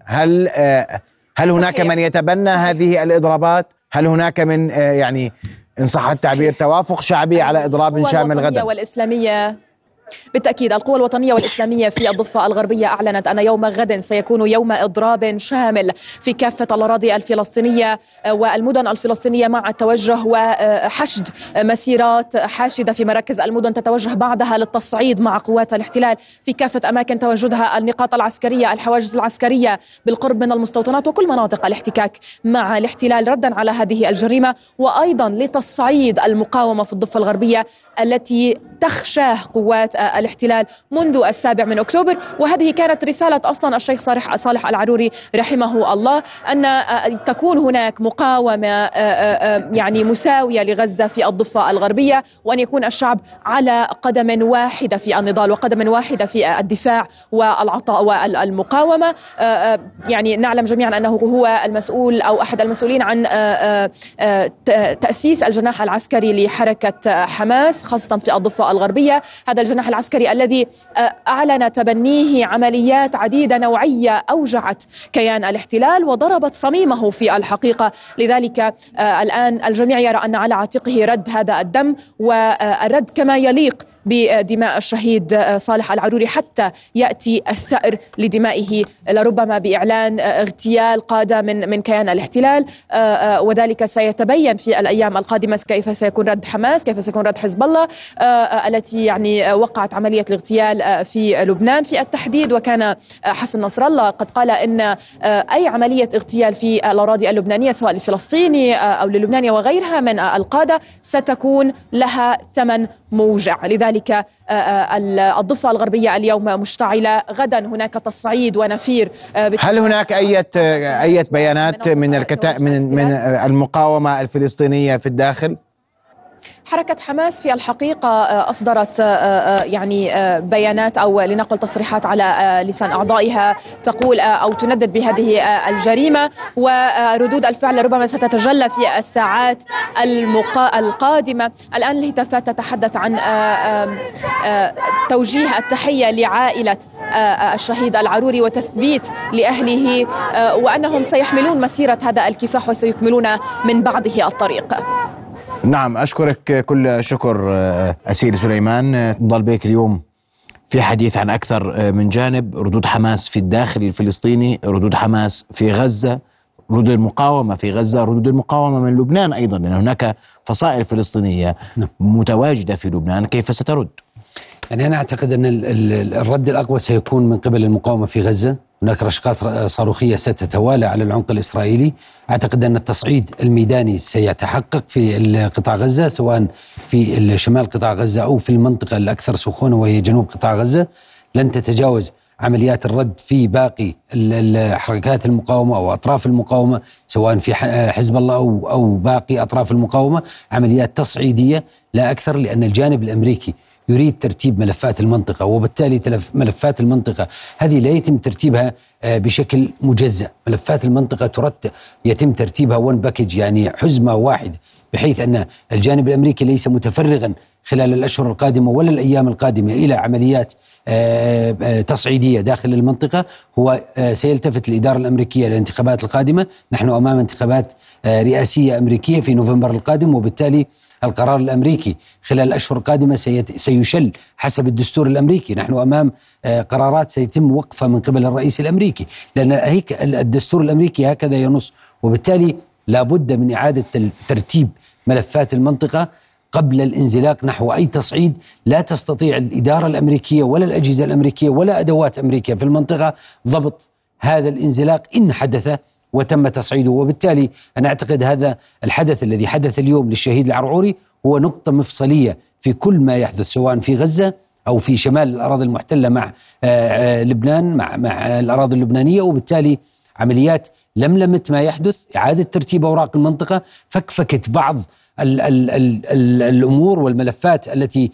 هل هناك من يتبنى هذه الإضرابات؟ هل هناك من يعني إن صح التعبير توافق شعبي على إضراب شامل غدا؟ والإسلامية بالتأكيد القوى الوطنية والإسلامية في الضفة الغربية أعلنت أن يوم غد سيكون يوم إضراب شامل في كافة الأراضي الفلسطينية والمدن الفلسطينية، مع التوجه وحشد مسيرات حاشدة في مراكز المدن تتوجه بعدها للتصعيد مع قوات الاحتلال في كافة أماكن تواجدها، النقاط العسكرية، الحواجز العسكرية بالقرب من المستوطنات وكل مناطق الاحتكاك مع الاحتلال ردا على هذه الجريمة، وأيضا لتصعيد المقاومة في الضفة الغربية التي تخشاه قوات الاحتلال منذ 7 أكتوبر. وهذه كانت رسالة أصلا الشيخ صالح العروري رحمه الله، أن تكون هناك مقاومة يعني مساوية لغزة في الضفة الغربية، وأن يكون الشعب على قدم واحدة في النضال وقدم واحدة في الدفاع والعطاء والمقاومة. يعني نعلم جميعا أنه هو المسؤول أو أحد المسؤولين عن تأسيس الجناح العسكري لحركة حماس خاصة في الضفة الغربية، هذا الجناح العسكري الذي أعلن تبنيه عمليات عديدة نوعية أوجعت كيان الاحتلال وضربت صميمه في الحقيقة. لذلك الآن الجميع يرى أن على عاتقه رد هذا الدم والرد كما يليق بدماء الشهيد صالح العروري حتى يأتي الثأر لدمائه، لربما بإعلان اغتيال قادة من كيان الاحتلال، وذلك سيتبين في الأيام القادمة كيف سيكون رد حماس، كيف سيكون رد حزب الله التي يعني وقعت عملية الاغتيال في لبنان في التحديد. وكان حسن نصر الله قد قال إن أي عملية اغتيال في الأراضي اللبنانية سواء لفلسطيني أو للبنانية وغيرها من القادة ستكون لها ثمن موجع. لذلك الضفة الغربية اليوم مشتعلة، غدا هناك تصعيد ونفير. هل هناك أي بيانات من المقاومة الفلسطينية في الداخل؟ حركة حماس في الحقيقة أصدرت يعني بيانات أو لنقل تصريحات على لسان أعضائها تقول أو تندد بهذه الجريمة، وردود الفعل ربما ستتجلى في الساعات القادمة. الآن الهتافات تتحدث عن توجيه التحية لعائلة الشهيد العروري وتثبيت لأهله، وأنهم سيحملون مسيرة هذا الكفاح وسيكملون من بعده الطريق. نعم، أشكرك كل الشكر أسيل سليمان. نضال بيك اليوم في حديث عن أكثر من جانب، ردود حماس في الداخل الفلسطيني، ردود حماس في غزة، ردود المقاومة في غزة، ردود المقاومة من لبنان أيضا، لأن هناك فصائل فلسطينية متواجدة في لبنان. كيف سترد؟ يعني أنا أعتقد أن الرد الأقوى سيكون من قبل المقاومة في غزة. هناك رشقات صاروخية ستتوالى على العمق الإسرائيلي. أعتقد أن التصعيد الميداني سيتحقق في قطاع غزة، سواء في شمال قطاع غزة أو في المنطقة الأكثر سخونة وهي جنوب قطاع غزة. لن تتجاوز عمليات الرد في باقي حركات المقاومة أو أطراف المقاومة، سواء في حزب الله أو باقي أطراف المقاومة، عمليات تصعيدية لا أكثر، لأن الجانب الأمريكي يريد ترتيب ملفات المنطقة، وبالتالي ملفات المنطقة هذه لا يتم ترتيبها بشكل مجزأ. ملفات المنطقة يتم ترتيبها one package، يعني حزمة واحدة، بحيث أن الجانب الأمريكي ليس متفرغا خلال الأشهر القادمة ولا الأيام القادمة إلى عمليات تصعيدية داخل المنطقة، هو سيلتفت الإدارة الأمريكية للانتخابات القادمة. نحن أمام انتخابات رئاسية أمريكية في نوفمبر القادم، وبالتالي القرار الأمريكي خلال الأشهر القادمة سيشل حسب الدستور الأمريكي. نحن أمام قرارات سيتم وقفها من قبل الرئيس الأمريكي، لأن هيك الدستور الأمريكي هكذا ينص. وبالتالي لابد من إعادة ترتيب ملفات المنطقة قبل الانزلاق نحو أي تصعيد. لا تستطيع الإدارة الأمريكية ولا الأجهزة الأمريكية ولا أدوات أمريكا في المنطقة ضبط هذا الانزلاق إن حدث وتم تصعيده. وبالتالي أنا أعتقد هذا الحدث الذي حدث اليوم للشهيد العرعوري هو نقطة مفصلية في كل ما يحدث سواء في غزة أو في شمال الأراضي المحتلة مع لبنان مع الأراضي اللبنانية. وبالتالي عمليات لملمة ما يحدث، إعادة ترتيب أوراق المنطقة، فكفكت بعض الأمور والملفات التي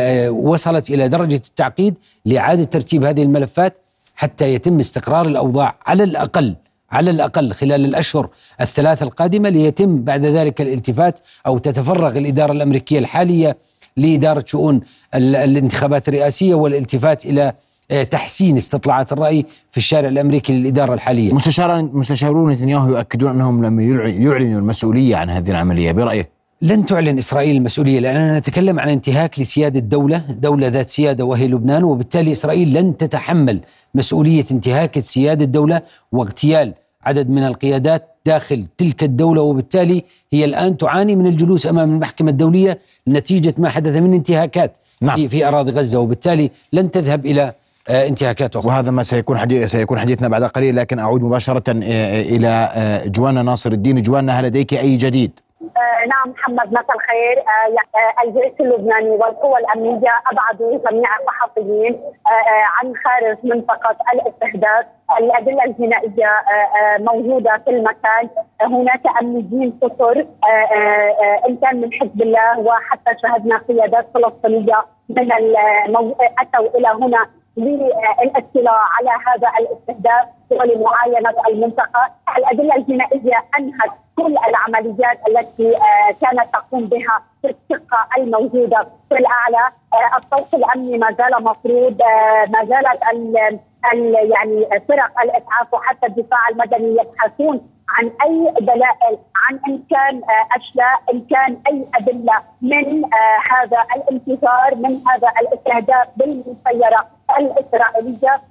وصلت إلى درجة التعقيد لإعادة ترتيب هذه الملفات حتى يتم استقرار الأوضاع على الأقل خلال الأشهر الثلاثة القادمة، ليتم بعد ذلك الالتفات أو تتفرغ الإدارة الأمريكية الحالية لإدارة شؤون الانتخابات الرئاسية والالتفات إلى تحسين استطلاعات الرأي في الشارع الأمريكي للإدارة الحالية. مستشارون نتنياهو يؤكدون أنهم لم يعلنوا المسؤولية عن هذه العملية، برأيك؟ لن تعلن إسرائيل المسؤولية، لأننا نتكلم عن انتهاك لسيادة دولة ذات سيادة وهي لبنان، وبالتالي إسرائيل لن تتحمل مسؤولية انتهاك سيادة الدولة واغتيال عدد من القيادات داخل تلك الدولة. وبالتالي هي الآن تعاني من الجلوس أمام المحكمة الدولية نتيجة ما حدث من انتهاكات في أراضي غزة، وبالتالي لن تذهب إلى انتهاكات أخرى. وهذا ما سيكون حديثنا بعد قليل، لكن أعود مباشرة إلى جوانا ناصر الدين. جوانا، هل لديك أي جديد؟ نعم محمد، مساء الخير. الجيش اللبناني والقوى الأمنية أبعدوا جميع الصحفيين عن خارج منطقة الاستهداف. الأدلة الجنائية موجودة في المكان. هناك أمنيين كثر إن كان من حزب الله، وحتى شاهدنا قيادات فلسطينية من أتوا إلى هنا للاطلاع على هذا الاستهداف ولمعاينة المنطقة. الأدلة الجنائية أنهت كل العمليات التي كانت تقوم بها في الشقة الموجودة في الأعلى. الصوت الأمني ما زال مفروض، ما زالت يعني فرق الإسعاف وحتى الدفاع المدني يبحثون عن أي دلائل، عن إن كان أشلاء، إن كان أي أدلة من هذا الانفجار، من هذا الاستهداف بالمسيرة الإسرائيلية.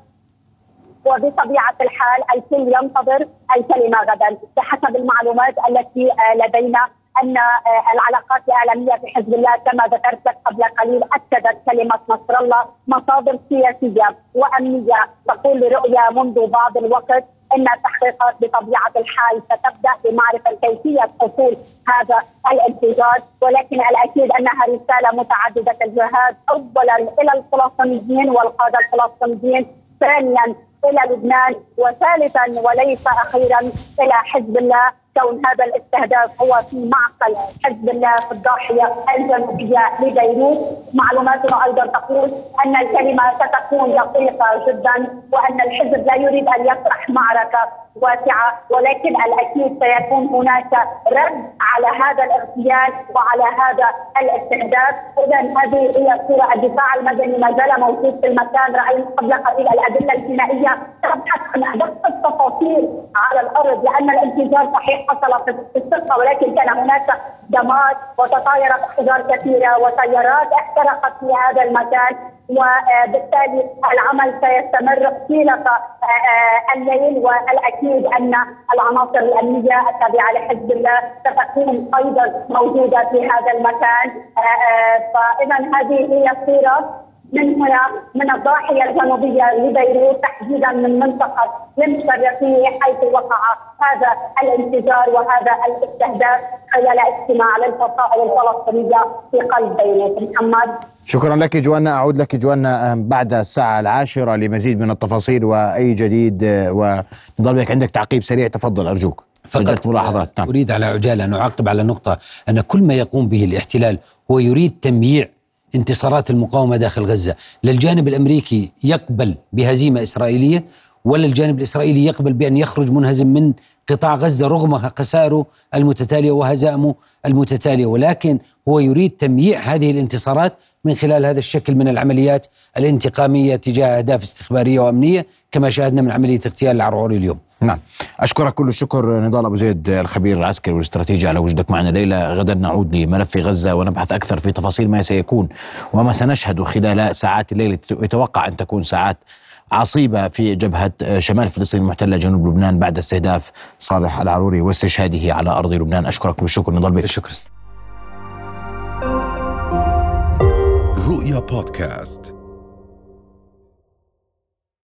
وبطبيعة الحال الكل ينتظر الكلمة غدا. بحسب المعلومات التي لدينا أن العلاقات الإعلامية في حزب الله كما ذكرت لك قبل قليل أكدت كلمة نصر الله. مصادر سياسية وأمنية تقول لرؤية منذ بعض الوقت أن التحقيقات بطبيعة الحال ستبدأ بمعرفة كيفية حصول هذا الانفجار، ولكن الأكيد أنها رسالة متعددة الجهات، أولا إلى الفلسطينيين والقادة الفلسطينيين، ثانيا إلى لبنان، وثالثا وليس أخيرا إلى حزب الله، كون هذا الاستهداف هو في معقل حزب الله في الضاحية الجنوبية لبيروت. معلوماتنا أيضا تقول أن الكلمة ستكون دقيقة جدا، وأن الحزب لا يريد أن يطرح معركة واسعة، ولكن الأكيد سيكون هناك رد على هذا الاغتيال وعلى هذا الاستهداف. إذا هذه هي صورة. الدفاع المدني ما زال موجود في المكان. رأينا قبل قليل الأدلة الجنائية تبحث عن أدق التفاصيل على الأرض، لأن الانفجار صحيح حصل في الشقة، ولكن كان هناك دمار وتطايرت أحجار كثيرة وسيارات احترقت في هذا المكان، وبالتالي العمل سيستمر طيلة الليل. والأكيد أن العناصر الأمنية التابعة لحزب الله ستكون أيضا موجودة في هذا المكان. فإذا هذه هي الصورة من هنا، من الضاحية الجنوبية لبيروت، تحديدا من منطقة لم الشرقية حيث وقع هذا الانفجار وهذا الاستهداف خلال اجتماع للفصائل الفلسطينية في قلب بيروت. محمد، شكرا لك جوانا. أعود لك جوانا بعد الساعة 10 لمزيد من التفاصيل وأي جديد، ونضربك عندك تعقيب سريع، تفضل أرجوك. فقط ملاحظات. أريد على عجالة أن أعقب على نقطة، أن كل ما يقوم به الاحتلال هو يريد تمييع انتصارات المقاومة داخل غزة. للجانب الأمريكي يقبل بهزيمة إسرائيلية ولا الجانب الإسرائيلي يقبل بأن يخرج منهزم من قطاع غزة رغم خسائره المتتالية وهزائمه المتتالية، ولكن هو يريد تمييع هذه الانتصارات من خلال هذا الشكل من العمليات الانتقامية تجاه أهداف استخبارية وأمنية كما شاهدنا من عملية اغتيال العرعوري اليوم. نعم، أشكرك كل الشكر نضال أبو زيد الخبير العسكري والاستراتيجي على وجودك معنا ليلة. غدا نعود لملف غزة ونبحث أكثر في تفاصيل ما سيكون وما سنشهد خلال ساعات الليل. يتوقع أن تكون ساعات عصيبة في جبهة شمال فلسطين المحتلة جنوب لبنان بعد استهداف صالح العروري واستشهاده على أرض لبنان. أشكرك كل الشكر نضال بك. الشكر. رؤيا بودكاست.